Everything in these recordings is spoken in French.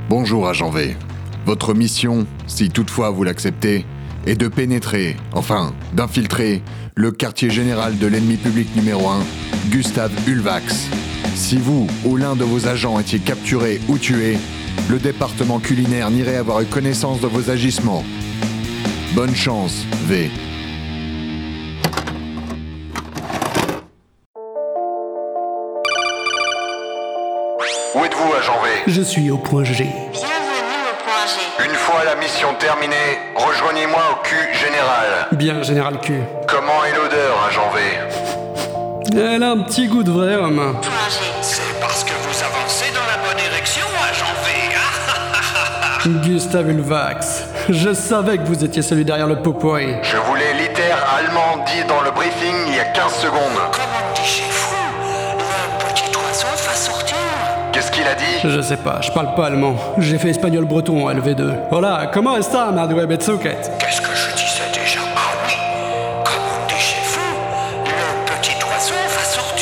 Bonjour agent V. Votre mission, si toutefois vous l'acceptez, est de pénétrer, enfin d'infiltrer, le quartier général de l'ennemi public numéro 1, Gustave Ulvax. Si vous ou l'un de vos agents étiez capturé ou tué, le département culinaire n'irait avoir eu connaissance de vos agissements. Bonne chance, V. Où êtes-vous, agent V? Je suis au point G. Bienvenue au point G. Une fois la mission terminée, rejoignez-moi au Q général. Bien, Général Q. Comment est l'odeur, agent V? Elle a un petit goût de vrai homme. Point G. C'est parce que vous avancez dans la bonne direction, agent V. Gustave Ulvax. Je savais que vous étiez celui derrière le potpourri. Je vous l'ai littéralement allemand dit dans le briefing il y a 15 secondes. Comment dit chez vous? Le petit oiseau va sortir. Qu'est-ce qu'il a dit? Je sais pas, je parle pas allemand. J'ai fait espagnol-breton en LV2. Voilà, comment est-ce ça, Merdoué Betsuket? Qu'est-ce que je disais déjà? Ah oui, comme on dit chez vous, le petit oiseau va sortir.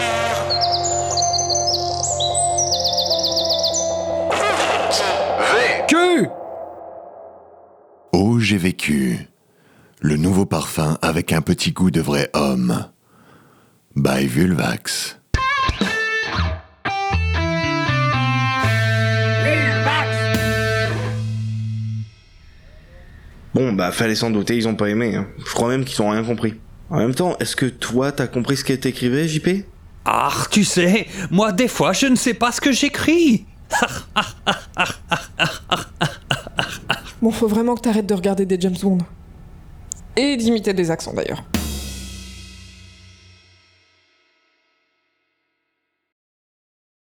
V. Q! Oh, j'ai vécu. Le nouveau parfum avec un petit goût de vrai homme. By Vulvax. Bon, bah, fallait s'en douter, ils ont pas aimé. Hein. Je crois même qu'ils ont rien compris. En même temps, est-ce que toi, t'as compris ce qu'elle t'écrivait, JP? Ah, tu sais, moi des fois je ne sais pas ce que j'écris. Bon, faut vraiment que t'arrêtes de regarder des James Bond. Et d'imiter des accents d'ailleurs.